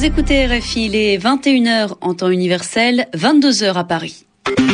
Vous écoutez RFI, il est 21h en temps universel, 22h à Paris.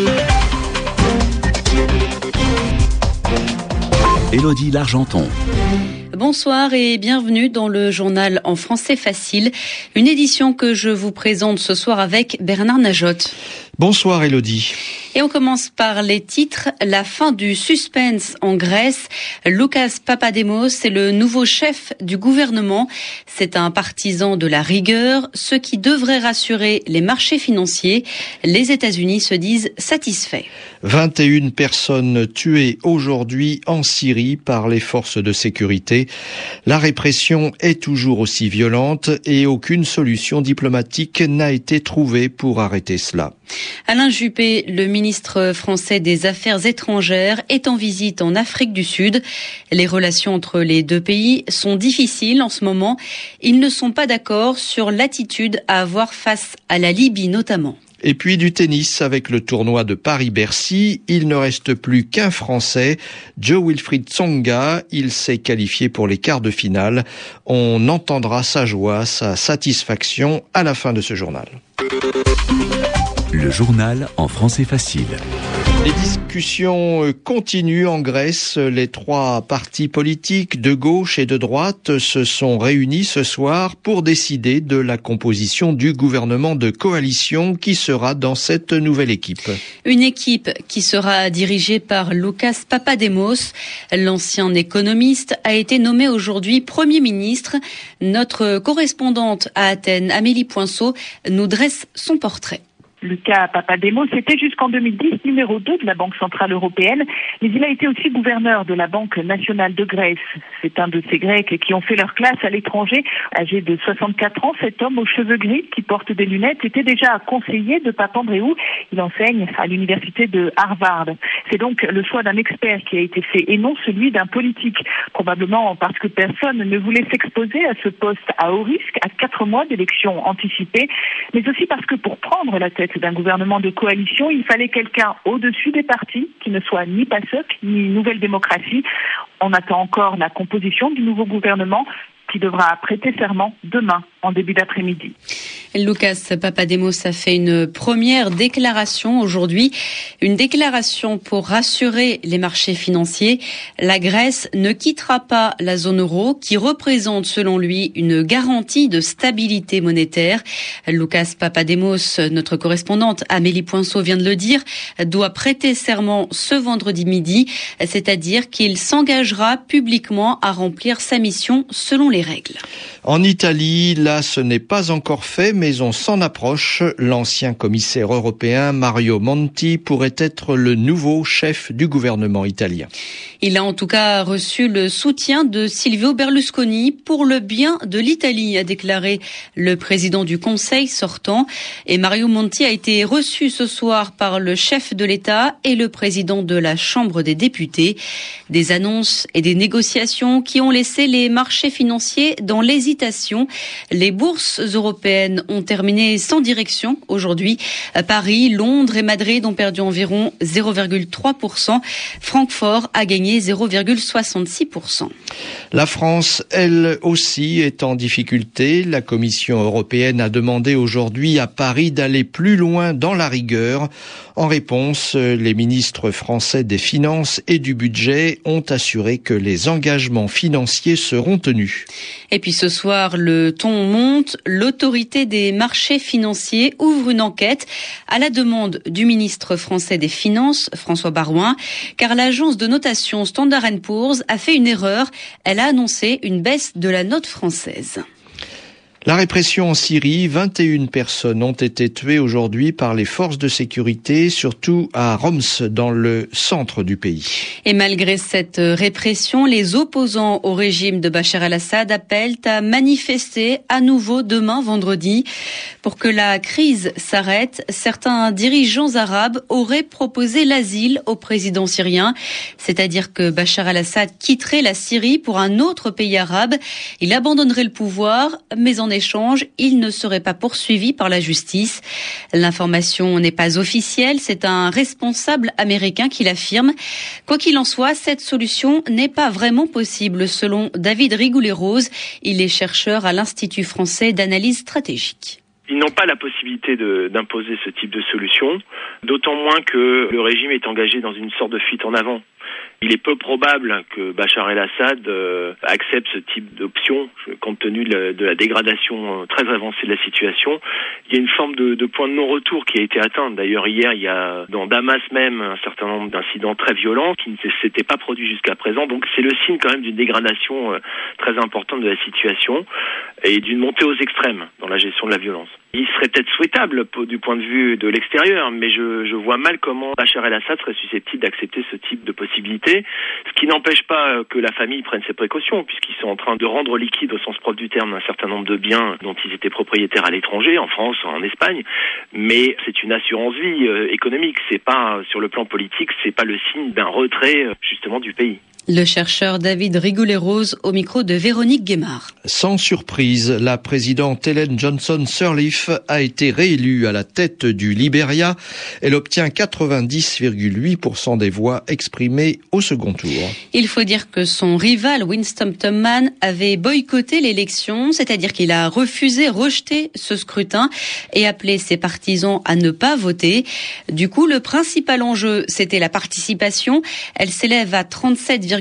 Élodie Largenton. Bonsoir et bienvenue dans le journal en français facile, une édition que je vous présente ce soir avec Bernard Najotte. Bonsoir Élodie. Et on commence par les titres. La fin du suspense en Grèce. Loukas Papadémos est le nouveau chef du gouvernement. C'est un partisan de la rigueur, ce qui devrait rassurer les marchés financiers. Les États-Unis se disent satisfaits. 21 personnes tuées aujourd'hui en Syrie par les forces de sécurité. La répression est toujours aussi violente et aucune solution diplomatique n'a été trouvée pour arrêter cela. Alain Juppé, le ministre français des Affaires étrangères, est en visite en Afrique du Sud. Les relations entre les deux pays sont difficiles en ce moment. Ils ne sont pas d'accord sur l'attitude à avoir face à la Libye notamment. Et puis du tennis avec le tournoi de Paris-Bercy. Il ne reste plus qu'un Français, Jo-Wilfried Tsonga. Il s'est qualifié pour les quarts de finale. On entendra sa joie, sa satisfaction à la fin de ce journal. Le journal en français facile. Les discussions continuent en Grèce. Les trois partis politiques de gauche et de droite se sont réunis ce soir pour décider de la composition du gouvernement de coalition qui sera dans cette nouvelle équipe. Une équipe qui sera dirigée par Loukas Papadémos. L'ancien économiste a été nommé aujourd'hui Premier ministre. Notre correspondante à Athènes, Amélie Poinceau, nous dresse son portrait. Loukas Papadémos était jusqu'en 2010 numéro 2 de la Banque centrale européenne, mais il a été aussi gouverneur de la Banque nationale de Grèce. C'est un de ces Grecs qui ont fait leur classe à l'étranger. Âgé de 64 ans, cet homme aux cheveux gris qui porte des lunettes était déjà conseiller de Papandréou. Il enseigne à l'université de Harvard. C'est donc le choix d'un expert qui a été fait et non celui d'un politique. Probablement parce que personne ne voulait s'exposer à ce poste à haut risque à 4 mois d'élections anticipées, mais aussi parce que pour prendre la tête d'un gouvernement de coalition, il fallait quelqu'un au-dessus des partis, qui ne soit ni PASOK, ni Nouvelle Démocratie. On attend encore la composition du nouveau gouvernement qui devra prêter serment demain, en début d'après-midi. Loukas Papadémos a fait une première déclaration aujourd'hui, une déclaration pour rassurer les marchés financiers. La Grèce ne quittera pas la zone euro, qui représente selon lui une garantie de stabilité monétaire. Loukas Papadémos, notre correspondante Amélie Poinceau vient de le dire, doit prêter serment ce vendredi midi, c'est-à-dire qu'il s'engagera publiquement à remplir sa mission selon les règles. En Italie, là, ce n'est pas encore fait, mais on s'en approche. L'ancien commissaire européen Mario Monti pourrait être le nouveau chef du gouvernement italien. Il a en tout cas reçu le soutien de Silvio Berlusconi pour le bien de l'Italie, a déclaré le président du Conseil sortant. Et Mario Monti a été reçu ce soir par le chef de l'État et le président de la Chambre des députés. Des annonces et des négociations qui ont laissé les marchés financiers dans l'hésitation. Les bourses européennes ont terminé sans direction aujourd'hui. Paris, Londres et Madrid ont perdu environ 0,3%. Francfort a gagné 0,66%. La France, elle aussi, est en difficulté. La Commission européenne a demandé aujourd'hui à Paris d'aller plus loin dans la rigueur. En réponse, les ministres français des Finances et du Budget ont assuré que les engagements financiers seront tenus. Et puis ce soir, le ton monte. L'autorité des marchés financiers ouvre une enquête à la demande du ministre français des Finances, François Baroin, car l'agence de notation Standard & Poor's a fait une erreur. Elle a annoncé une baisse de la note française. La répression en Syrie, 21 personnes ont été tuées aujourd'hui par les forces de sécurité, surtout à Homs, dans le centre du pays. Et malgré cette répression, les opposants au régime de Bachar el-Assad appellent à manifester à nouveau demain vendredi. Pour que la crise s'arrête, certains dirigeants arabes auraient proposé l'asile au président syrien, c'est-à-dire que Bachar el-Assad quitterait la Syrie pour un autre pays arabe. Il abandonnerait le pouvoir, mais en échange, il ne serait pas poursuivi par la justice. L'information n'est pas officielle, c'est un responsable américain qui l'affirme. Quoi qu'il en soit, cette solution n'est pas vraiment possible selon David Rigoulet-Rose. Il est chercheur à l'Institut français d'analyse stratégique. Ils n'ont pas la possibilité d'imposer ce type de solution, d'autant moins que le régime est engagé dans une sorte de fuite en avant. Il est peu probable que Bachar el-Assad accepte ce type d'option, compte tenu de la dégradation très avancée de la situation. Il y a une forme de point de non-retour qui a été atteint. D'ailleurs, hier, il y a dans Damas même un certain nombre d'incidents très violents qui ne s'étaient pas produits jusqu'à présent. Donc c'est le signe quand même d'une dégradation très importante de la situation et d'une montée aux extrêmes dans la gestion de la violence. Il serait peut-être souhaitable du point de vue de l'extérieur, mais je vois mal comment Bachar el-Assad serait susceptible d'accepter ce type de possibilité, ce qui n'empêche pas que la famille prenne ses précautions, puisqu'ils sont en train de rendre liquide au sens propre du terme un certain nombre de biens dont ils étaient propriétaires à l'étranger, en France, en Espagne, mais c'est une assurance vie économique, c'est pas, sur le plan politique, c'est pas le signe d'un retrait justement du pays. Le chercheur David Rigoulet-Rose au micro de Véronique Guémard. Sans surprise, la présidente Ellen Johnson Sirleaf a été réélue à la tête du Libéria. Elle obtient 90,8% des voix exprimées au second tour. Il faut dire que son rival Winston Tubman avait boycotté l'élection, c'est-à-dire qu'il a rejeté ce scrutin et appelé ses partisans à ne pas voter. Du coup, le principal enjeu, c'était la participation. Elle s'élève à 37,4%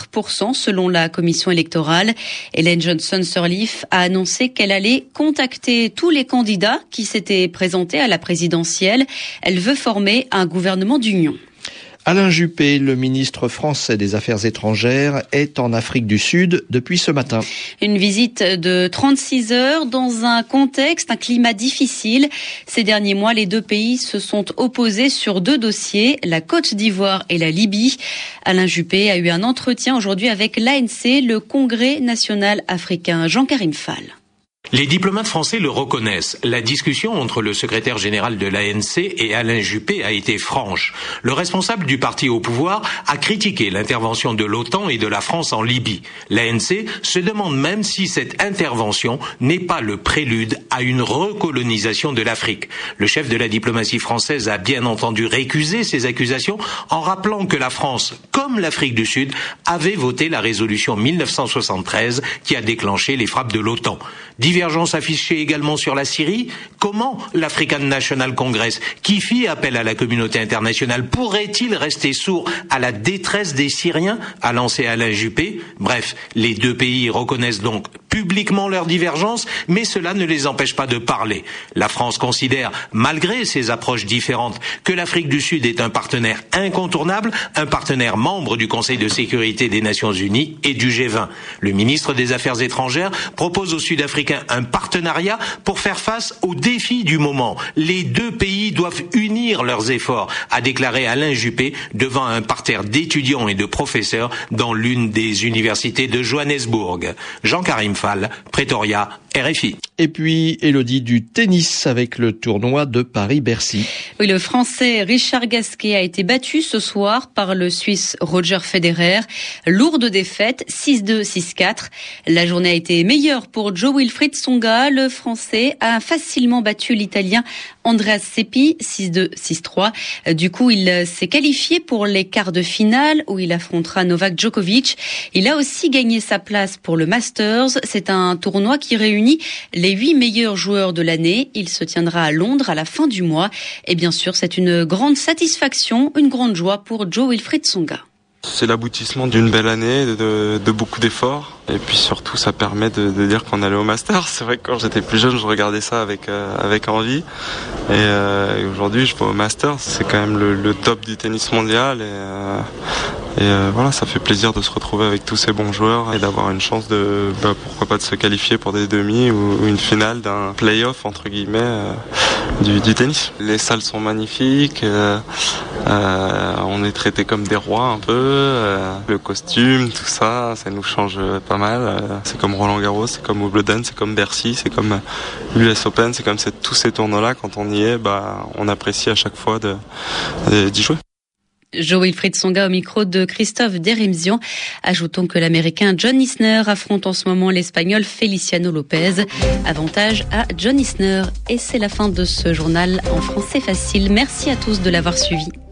selon la commission électorale. Ellen Johnson Sirleaf a annoncé qu'elle allait contacter tous les candidats qui s'étaient présentés à la présidentielle. Elle veut former un gouvernement d'union. Alain Juppé, le ministre français des Affaires étrangères, est en Afrique du Sud depuis ce matin. Une visite de 36 heures dans un climat difficile. Ces derniers mois, les deux pays se sont opposés sur deux dossiers, la Côte d'Ivoire et la Libye. Alain Juppé a eu un entretien aujourd'hui avec l'ANC, le Congrès national africain. Jean-Karim Fall. Les diplomates français le reconnaissent. La discussion entre le secrétaire général de l'ANC et Alain Juppé a été franche. Le responsable du parti au pouvoir a critiqué l'intervention de l'OTAN et de la France en Libye. L'ANC se demande même si cette intervention n'est pas le prélude à une recolonisation de l'Afrique. Le chef de la diplomatie française a bien entendu récusé ces accusations en rappelant que la France, comme l'Afrique du Sud, avait voté la résolution 1973 qui a déclenché les frappes de l'OTAN. Divergence affichée également sur la Syrie. Comment l'African National Congress, qui fit appel à la communauté internationale, pourrait-il rester sourd à la détresse des Syriens, a lancé Alain Juppé. Bref, les deux pays reconnaissent donc publiquement leurs divergences, mais cela ne les empêche pas de parler. La France considère, malgré ses approches différentes, que l'Afrique du Sud est un partenaire incontournable, un partenaire membre du Conseil de sécurité des Nations Unies et du G20. Le ministre des Affaires étrangères propose aux Sud-Africains un partenariat pour faire face aux défis du moment. Les deux pays doivent unir leurs efforts, a déclaré Alain Juppé devant un parterre d'étudiants et de professeurs dans l'une des universités de Johannesburg. Jean-Karim Fall, Pretoria, RFI. Et puis, Élodie, du tennis avec le tournoi de Paris-Bercy. Oui, le Français Richard Gasquet a été battu ce soir par le Suisse Roger Federer. Lourde défaite, 6-2, 6-4. La journée a été meilleure pour Jo-Wilfried Tsonga. Le Français a facilement battu l'Italien Andreas Seppi, 6-2, 6-3. Du coup, il s'est qualifié pour les quarts de finale où il affrontera Novak Djokovic. Il a aussi gagné sa place pour le Masters. C'est un tournoi qui réunit les 8 meilleurs joueurs de l'année. Il se tiendra à Londres à la fin du mois. Et bien sûr, c'est une grande satisfaction, une grande joie pour Jo-Wilfried Tsonga. C'est l'aboutissement d'une belle année, de beaucoup d'efforts. Et puis surtout, ça permet de dire qu'on allait au Masters. C'est vrai que quand j'étais plus jeune, je regardais ça avec envie. Et aujourd'hui, je vais au Masters. C'est quand même le top du tennis mondial. Et voilà, ça fait plaisir de se retrouver avec tous ces bons joueurs et d'avoir une chance pourquoi pas de se qualifier pour des demi ou une finale d'un play-off entre guillemets du tennis. Les salles sont magnifiques. On est traités comme des rois un peu. Le costume, tout ça, ça nous change pas mal. C'est comme Roland Garros, c'est comme Wimbledon, c'est comme Bercy, c'est comme l'US Open, c'est comme tous ces tournois-là. Quand on y est, on apprécie à chaque fois d'y jouer. Jo-Wilfried Tsonga au micro de Christophe Derimzian. Ajoutons que l'Américain John Isner affronte en ce moment l'Espagnol Feliciano Lopez. Avantage à John Isner. Et c'est la fin de ce journal en français facile. Merci à tous de l'avoir suivi.